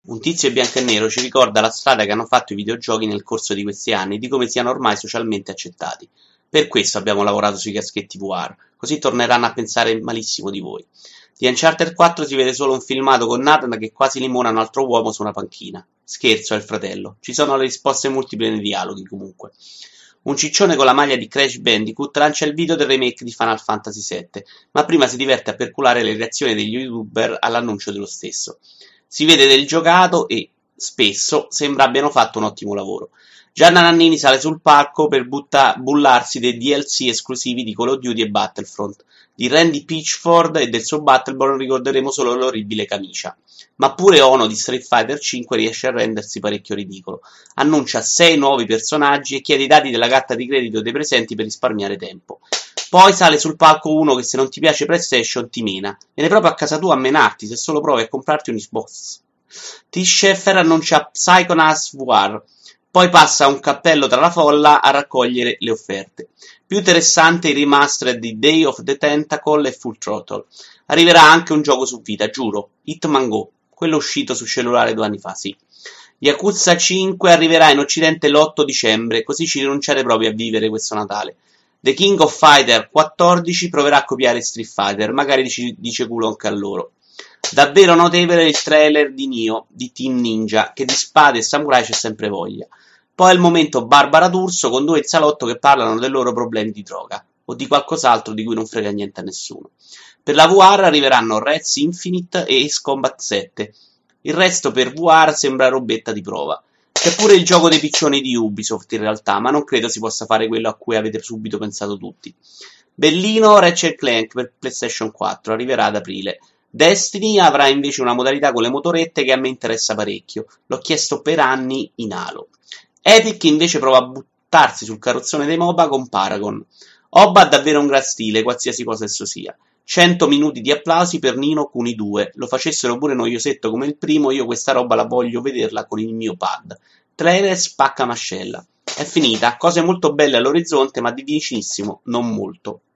Un tizio in bianco e nero ci ricorda la strada che hanno fatto i videogiochi nel corso di questi anni e di come siano ormai socialmente accettati. Per questo abbiamo lavorato sui caschetti VR, così torneranno a pensare malissimo di voi. Di Uncharted 4 si vede solo un filmato con Nathan che quasi limona un altro uomo su una panchina. Scherzo, è il fratello. Ci sono le risposte multiple nei dialoghi, comunque. Un ciccione con la maglia di Crash Bandicoot lancia il video del remake di Final Fantasy VII, ma prima si diverte a perculare le reazioni degli youtuber all'annuncio dello stesso. Si vede del giocato e, spesso, sembra abbiano fatto un ottimo lavoro. Gianna Nannini sale sul palco per bullarsi dei DLC esclusivi di Call of Duty e Battlefront. Di Randy Pitchford e del suo Battleborn ricorderemo solo l'orribile camicia. Ma pure Ono di Street Fighter 5 riesce a rendersi parecchio ridicolo. Annuncia 6 nuovi personaggi e chiede i dati della carta di credito dei presenti per risparmiare tempo. Poi sale sul palco uno che se non ti piace PlayStation ti mena. Viene proprio a casa tua a menarti se solo provi a comprarti un Xbox. T-Sheffer annuncia Psychonauts VR. Poi passa un cappello tra la folla a raccogliere le offerte. Più interessante il remastered di Day of the Tentacle e Full Throttle. Arriverà anche un gioco su Vita, giuro, Hitman Go, quello uscito su cellulare 2 anni fa, sì. Yakuza 5 arriverà in occidente l'8 dicembre, così ci rinunciate proprio a vivere questo Natale. The King of Fighter 14 proverà a copiare Street Fighter, magari dice culo anche a loro. Davvero notevole il trailer di Nioh, di Team Ninja, che di spade e samurai c'è sempre voglia. Poi è il momento Barbara D'Urso con due in salotto che parlano dei loro problemi di droga, o di qualcos'altro di cui non frega niente a nessuno. Per la VR arriveranno Reds Infinite e Ace Combat 7. Il resto per VR sembra robetta di prova. C'è pure il gioco dei piccioni di Ubisoft in realtà, ma non credo si possa fare quello a cui avete subito pensato tutti. Bellino Ratchet Clank per PlayStation 4, arriverà ad aprile. Destiny avrà invece una modalità con le motorette che a me interessa parecchio. L'ho chiesto per anni in Halo. Epic invece prova a buttarsi sul carrozzone dei MOBA con Paragon. Oba ha davvero un gran stile, qualsiasi cosa esso sia. 100 minuti di applausi per Nino Kuni 2. Lo facessero pure noiosetto come il primo, io questa roba la voglio vederla con il mio pad. Trailer spacca mascella. È finita, cose molto belle all'orizzonte, ma di vicinissimo non molto.